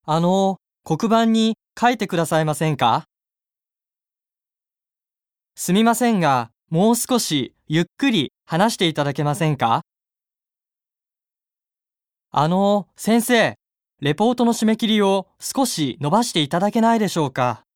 黒板に書いてくださいませんか？すみませんが、もう少しゆっくり話していただけませんか？先生、レポートの締め切りを少し延ばしていただけないでしょうか？